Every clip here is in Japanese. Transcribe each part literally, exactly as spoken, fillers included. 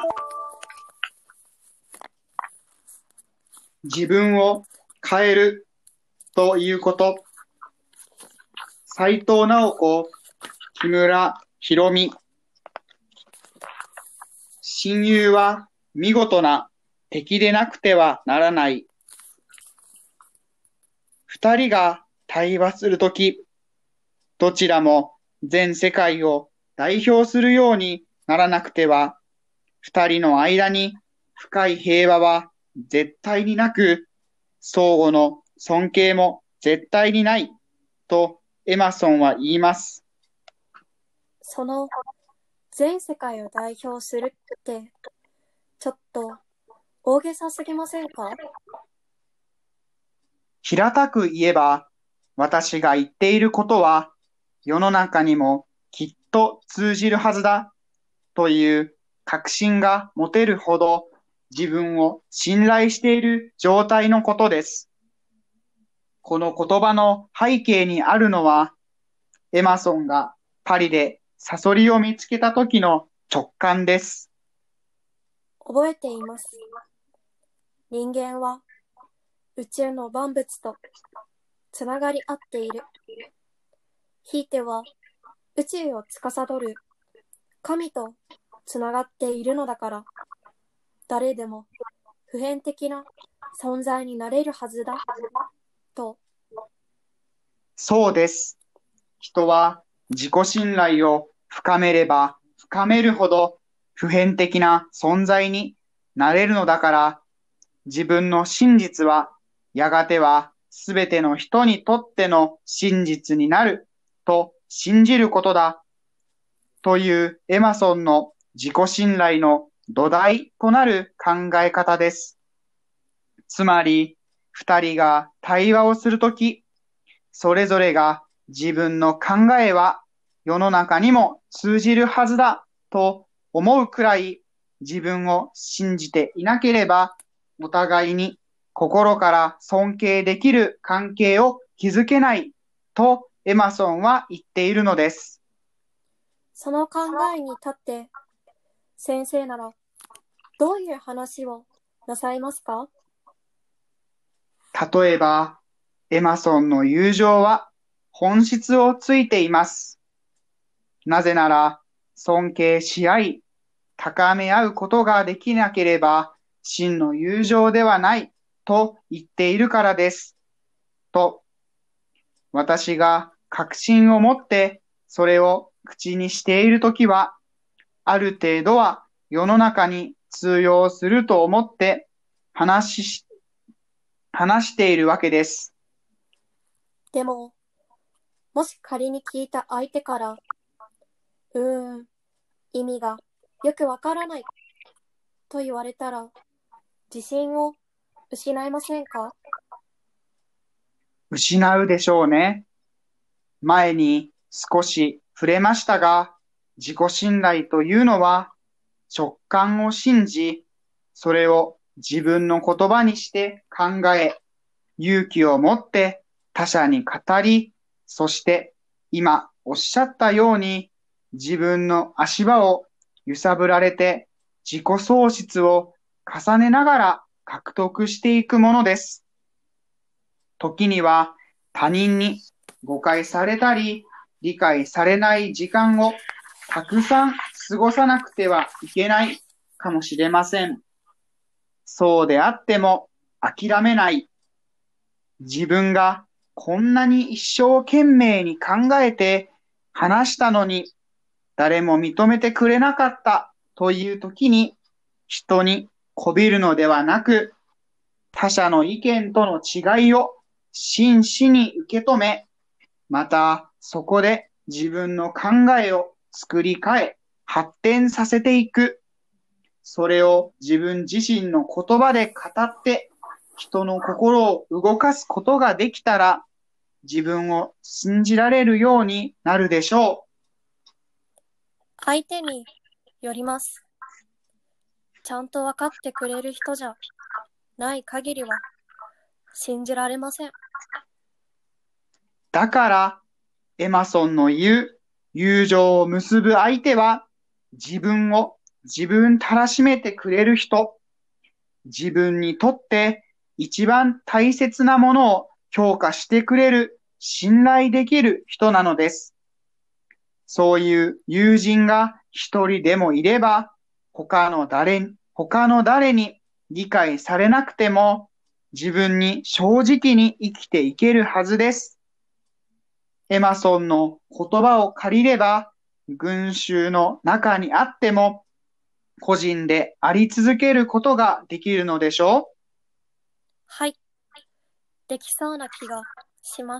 自分を変えるということ。斉藤直子、木村博美。親友は見事な敵でなくてはならない。二人が対話するとき、どちらも全世界を代表するようにならなくては、二人の間に深い平和は絶対になく、相互の尊敬も絶対にない、とエマソンは言います。 その全世界を代表するって、ちょっと大げさすぎませんか？ 平たく言えば、私が言っていることは、世の中にもきっと通じるはずだ、という確信が持てるほど、自分を信頼している状態のことです。この言葉の背景にあるのは、エマソンがパリでサソリを見つけた時の直感です。 覚えています。人間は宇宙の万物とつながり合っている。ひいては宇宙を司る神とつながっているのだから、誰でも普遍的な存在になれるはずだ、と。 そうです。人は自己信頼を深めれば深めるほど普遍的な存在になれるのだから、自分の真実はやがてはすべての人にとっての真実になると信じることだ、というエマソンの自己信頼の土台となる考え方です。つまり、二人が対話をするとき、それぞれが自分の考えは世の中にも通じるはずだと思うくらい自分を信じていなければ、お互いに心から尊敬できる関係を築けないとエマソンは言っているのです。 その考えに立って、先生ならどういう話をなさいますか？ 例えば、エマソンの友情は本質をついています。なぜなら、尊敬し合い、高め合うことができなければ、真の友情ではないと言っているからです。と、私が確信を持ってそれを口にしているときは、ある程度は世の中に通用すると思って話し、話しているわけです。 でも、もし仮に聞いた相手から、うーん、意味がよくわからないと言われたら、自信を失いませんか？ 失うでしょうね。前に少し触れましたが、自己信頼というのは直感を信じ、それを自分の言葉にして考え、勇気を持って他者に語り、そして今おっしゃったように自分の足場を揺さぶられて自己喪失を重ねながら獲得していくものです。時には他人に誤解されたり理解されない時間をたくさん過ごさなくてはいけないかもしれません。そうであっても諦めない。自分がこんなに一生懸命に考えて話したのに誰も認めてくれなかったという時に人にこびるのではなく他者の意見との違いを真摯に受け止め、またそこで自分の考えを作り変え発展させていく。それを自分自身の言葉で語って人の心を動かすことができたら自分を信じられるようになるでしょう。 相手によります。ちゃんと分かってくれる人じゃない限りは信じられません。 だからエマソンの言う友情を結ぶ相手は自分を自分たらしめてくれる人、自分にとって一番大切なものを評価してくれる信頼できる人なのです。そういう友人が一人でもいれば、他の誰、他の誰に理解されなくても、自分に正直に生きていけるはずです。エマソンの言葉を借りれば、群衆の中にあっても、個人であり続けることができるのでしょう？ はい、できそうな気がします。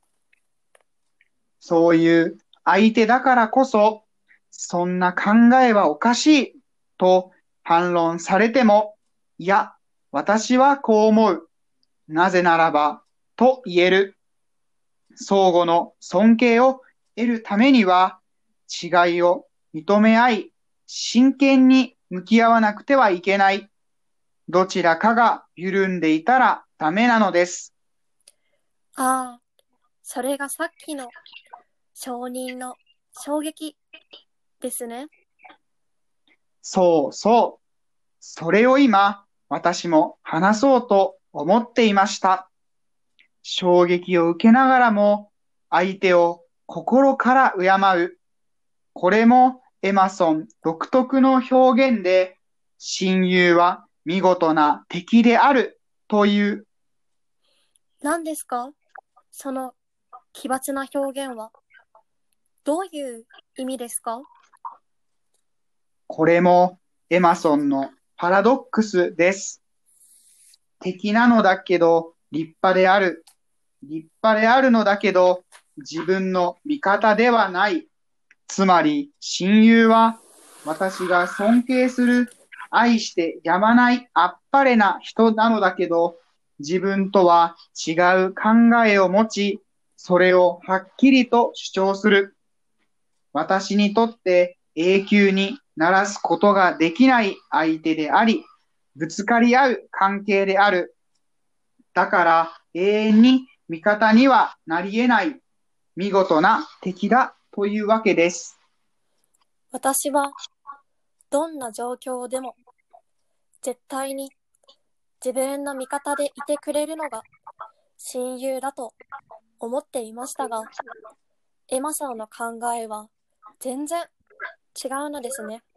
そういう相手だからこそ、そんな考えはおかしいと反論されても、いや、私はこう思う。なぜならば、と言える。相互の尊敬を得るためには、違いを認め合い、真剣に向き合わなくてはいけない。どちらかが緩んでいたらダメなのです。 ああ、それがさっきの証人の衝撃ですね。 そうそう。それを今、私も話そうと思っていました。衝撃を受けながらも、相手を心から敬う。これもエマソン独特の表現で、親友は見事な敵であるという。 何ですか？その奇抜な表現は。どういう意味ですか？ これもエマソンのパラドックスです。敵なのだけど立派である。立派であるのだけど自分の味方ではない。つまり親友は私が尊敬する、愛してやまないあっぱれな人なのだけど、自分とは違う考えを持ち、それをはっきりと主張する。私にとって永久にならすことができない相手であり、ぶつかり合う関係である。だから永遠に味方にはなり得ない見事な敵だというわけです。 私はどんな状況でも絶対に自分の味方でいてくれるのが親友だと思っていましたが、エマさんの考えは全然違うのですね。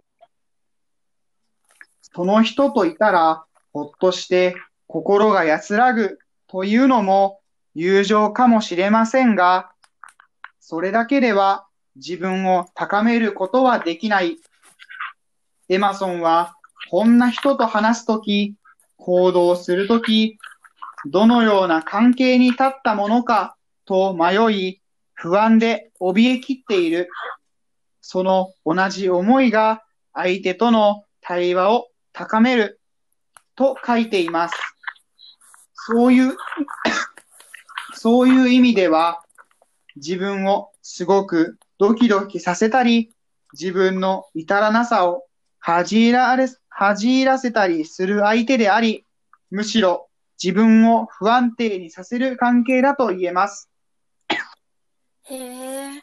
その人といたら、ほっとして心が安らぐというのも友情かもしれませんが、それだけでは自分を高めることはできない。エマソンは、こんな人と話すとき、行動するとき、どのような関係に立ったものかと迷い、不安で怯えきっている。その同じ思いが相手との対話を高めると書いています。そういう、そういう意味では、自分をすごくドキドキさせたり、自分の至らなさを恥じられ、恥じらせたりする相手であり、むしろ自分を不安定にさせる関係だと言えます。 へえ。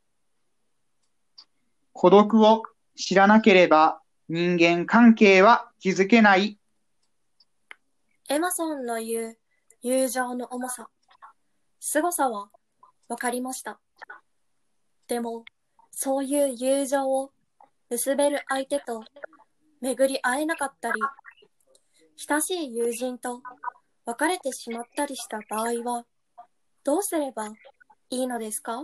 孤独を知らなければ人間関係は築けない。 エマソンの言う友情の重さ、凄さはわかりました。でも、そういう友情を結べる相手と巡り会えなかったり、親しい友人と別れてしまったりした場合は、どうすればいいのですか？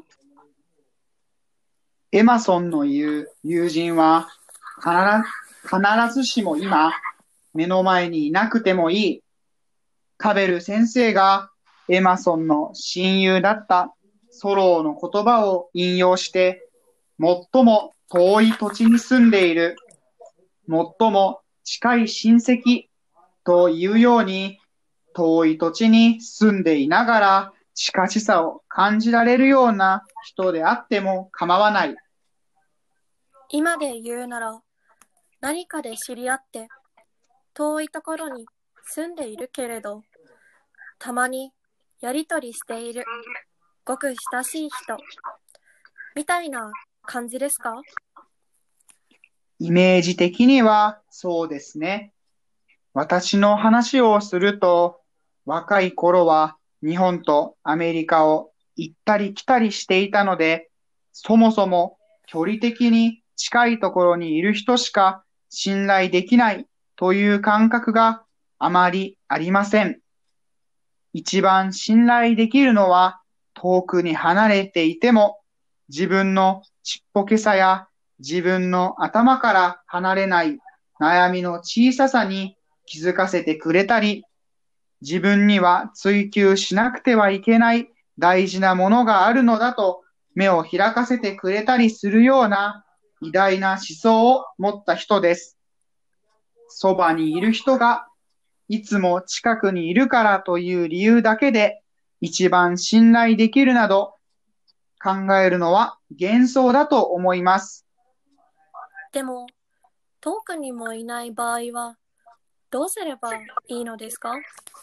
エマソンの言う友人は必ず、必ずしも今目の前にいなくてもいい。カベル先生がエマソンの親友だったソローの言葉を引用して、最も遠い土地に住んでいる、最も近い親戚というように、遠い土地に住んでいながら近しさを感じられるような人であっても構わない。 今で言うなら、何かで知り合って遠いところに住んでいるけれど、たまにやりとりしているごく親しい人みたいな感じですか？ イメージ的にはそうですね。私の話をすると、若い頃は日本とアメリカを行ったり来たりしていたので、そもそも距離的に近いところにいる人しか信頼できないという感覚があまりありません。一番信頼できるのは遠くに離れていても自分のちっぽけさや自分の頭から離れない悩みの小ささに気づかせてくれたり、自分には追求しなくてはいけない大事なものがあるのだと目を開かせてくれたりするような偉大な思想を持った人です。そばにいる人がいつも近くにいるからという理由だけで一番信頼できるなど考えるのは幻想だと思います。 でも、遠くにもいない場合は、どうすればいいのですか？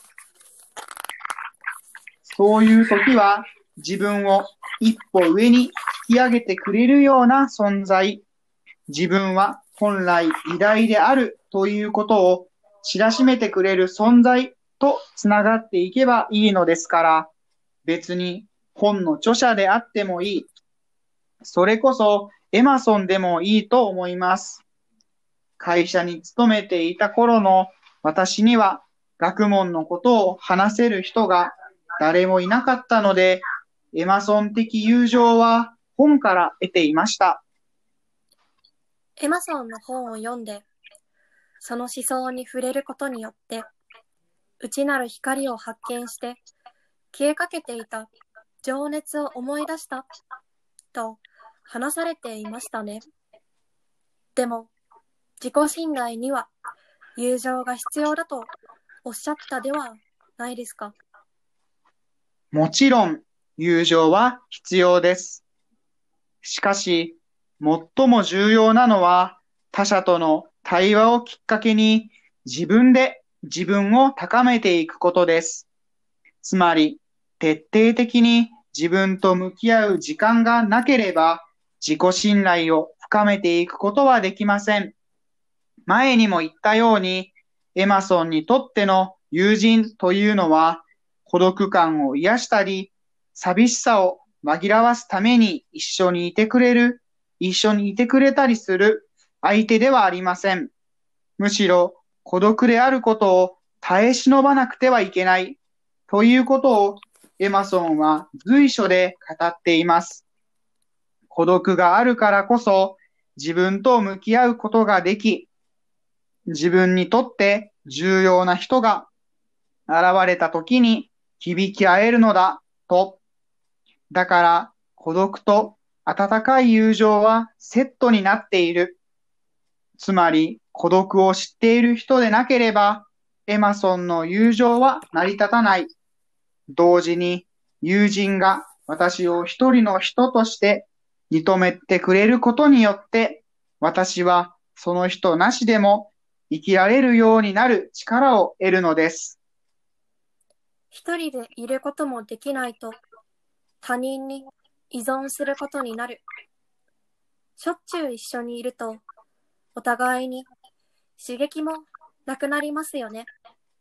そういう時は自分を一歩上に引き上げてくれるような存在、自分は本来偉大であるということを知らしめてくれる存在とつながっていけばいいのですから、別に本の著者であってもいい、それこそエマソンでもいいと思います。会社に勤めていた頃の私には学問のことを話せる人が誰もいなかったので、エマソン的友情は本から得ていました。 エマソンの本を読んで、その思想に触れることによって、内なる光を発見して、消えかけていた情熱を思い出した、と話されていましたね。でも、自己信頼には友情が必要だとおっしゃったではないですか。 もちろん、友情は必要です。しかし、最も重要なのは、他者との対話をきっかけに、自分で自分を高めていくことです。つまり、徹底的に自分と向き合う時間がなければ、自己信頼を深めていくことはできません。前にも言ったように、エマソンにとっての友人というのは、孤独感を癒したり、寂しさを紛らわすために一緒にいてくれる、一緒にいてくれたりする相手ではありません。むしろ孤独であることを耐え忍ばなくてはいけないということをエマソンは随所で語っています。孤独があるからこそ自分と向き合うことができ、自分にとって重要な人が現れた時に響き合えるのだと。だから孤独と温かい友情はセットになっている。つまり孤独を知っている人でなければエマソンの友情は成り立たない。同時に友人が私を一人の人として認めてくれることによって私はその人なしでも生きられるようになる力を得るのです。 一人でいることもできないと他人に依存することになる。しょっちゅう一緒にいるとお互いに刺激もなくなりますよね。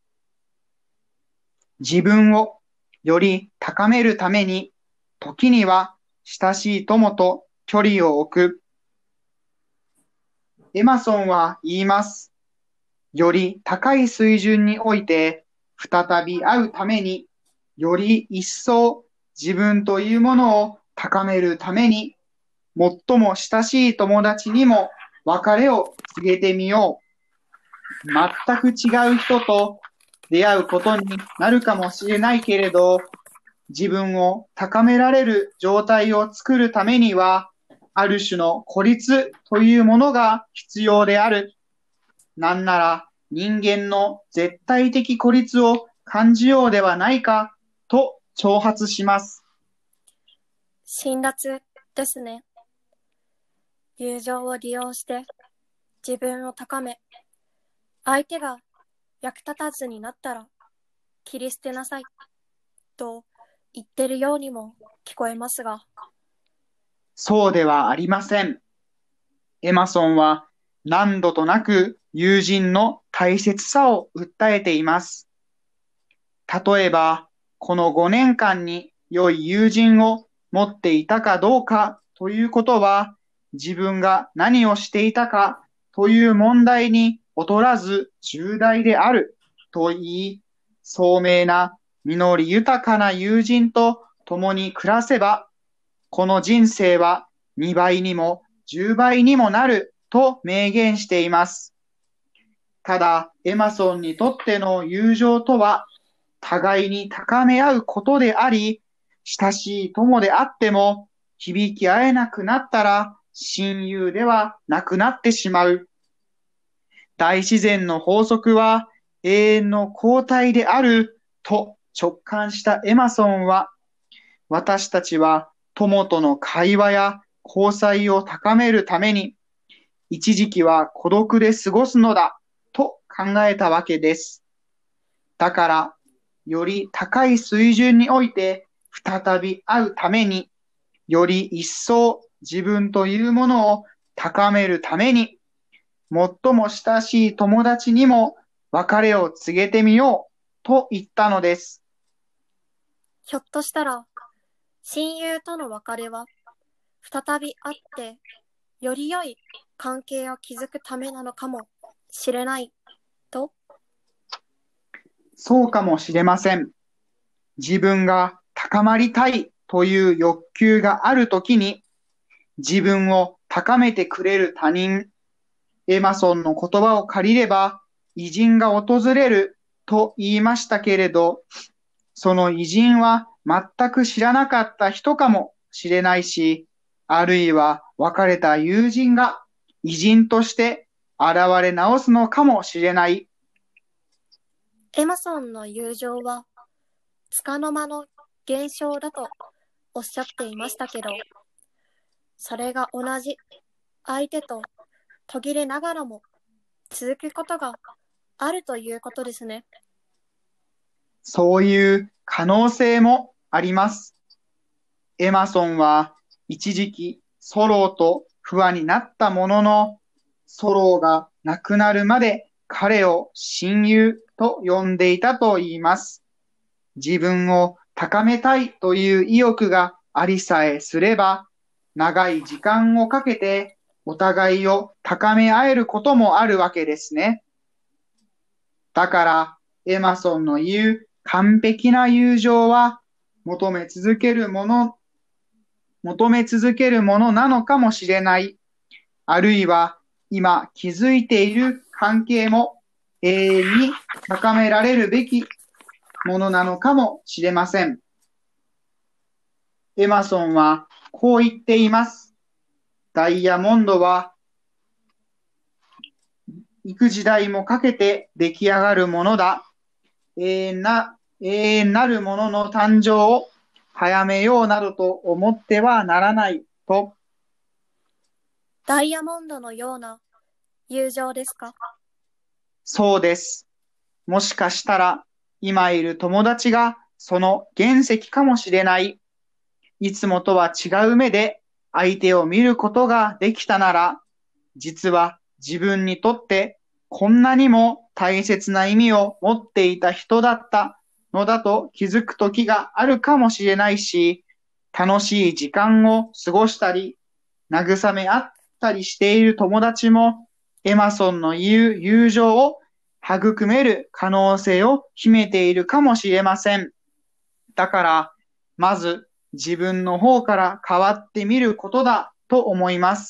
自分をより高めるために時には親しい友と距離を置く。エマソンは言います。より高い水準において再び会うためにより一層自分というものを高めるために最も親しい友達にも別れを告げてみよう。全く違う人と出会うことになるかもしれないけれど、自分を高められる状態を作るためには、ある種の孤立というものが必要である。なんなら人間の絶対的孤立を感じようではないかと挑発します。 辛辣ですね。友情を利用して自分を高め、相手が役立たずになったら切り捨てなさいと言ってるようにも聞こえますが。 そうではありません。エマソンは何度となく友人の大切さを訴えています。例えば、このごねんかんに良い友人を持っていたかどうかということは、自分が何をしていたかという問題に劣らず重大であると言い、聡明な実り豊かな友人と共に暮らせば、この人生はにばいにもじゅうばいにもなると明言しています。ただ、エマソンにとっての友情とは、互いに高め合うことであり、親しい友であっても、響き合えなくなったら、親友ではなくなってしまう。大自然の法則は永遠の交代であると直感したエマソンは、私たちは友との会話や交際を高めるために、一時期は孤独で過ごすのだと考えたわけです。だから、より高い水準において再び会うために、より一層自分というものを高めるために、最も親しい友達にも別れを告げてみようと言ったのです。 ひょっとしたら、親友との別れは、再び会って、より良い関係を築くためなのかもしれないと。 そうかもしれません。自分が高まりたいという欲求があるときに、自分を高めてくれる他人、エマソンの言葉を借りれば、偉人が訪れると言いましたけれど、その偉人は全く知らなかった人かもしれないし、あるいは別れた友人が偉人として現れ直すのかもしれない。 エマソンの友情は、束の間の現象だとおっしゃっていましたけど、それが同じ相手と途切れながらも続くことがあるということですね。 そういう可能性もあります。エマソンは一時期ソローと不安になったものの、ソローが亡くなるまで彼を親友と呼んでいたと言います。自分を高めたいという意欲がありさえすれば、長い時間をかけてお互いを高め合えることもあるわけですね。だから、エマソンの言う完璧な友情は求め続けるもの、求め続けるものなのかもしれない。あるいは今築いている関係も永遠に高められるべきものなのかもしれません。エマソンはこう言っています。ダイヤモンドは幾時代もかけて出来上がるものだ。永遠な、永遠なるものの誕生を早めようなどと思ってはならないと。 ダイヤモンドのような友情ですか？ そうです。もしかしたら今いる友達がその原石かもしれない。いつもとは違う目で相手を見ることができたなら、実は自分にとってこんなにも大切な意味を持っていた人だったのだと気づく時があるかもしれないし、楽しい時間を過ごしたり、慰め合ったりしている友達も、エマソンの言う友情を育める可能性を秘めているかもしれません。だから、まず自分の方から変わってみることだと思います。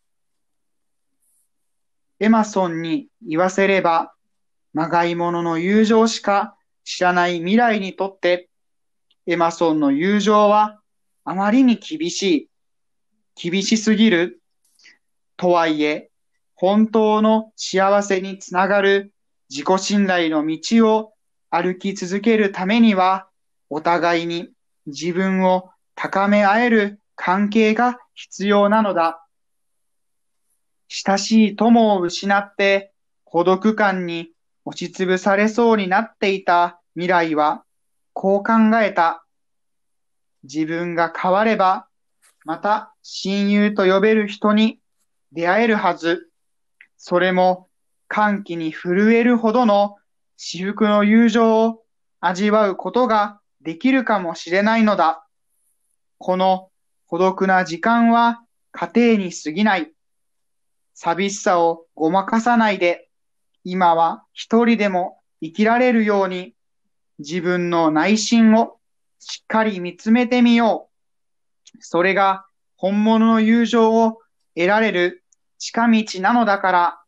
エマソンに言わせれば、まがいものの友情しか知らない未来にとって、エマソンの友情はあまりに厳しい、厳しすぎる。とはいえ、本当の幸せにつながる自己信頼の道を歩き続けるためには、お互いに自分を高め合える関係が必要なのだ。親しい友を失って孤独感に押しつぶされそうになっていた未来は、こう考えた。自分が変われば、また親友と呼べる人に出会えるはず。 それも歓喜に震えるほどの至福の友情を味わうことができるかもしれないのだ。この孤独な時間は家庭に過ぎない。寂しさをごまかさないで、今は一人でも生きられるように、自分の内心をしっかり見つめてみよう。それが本物の友情を得られる近道なのだから。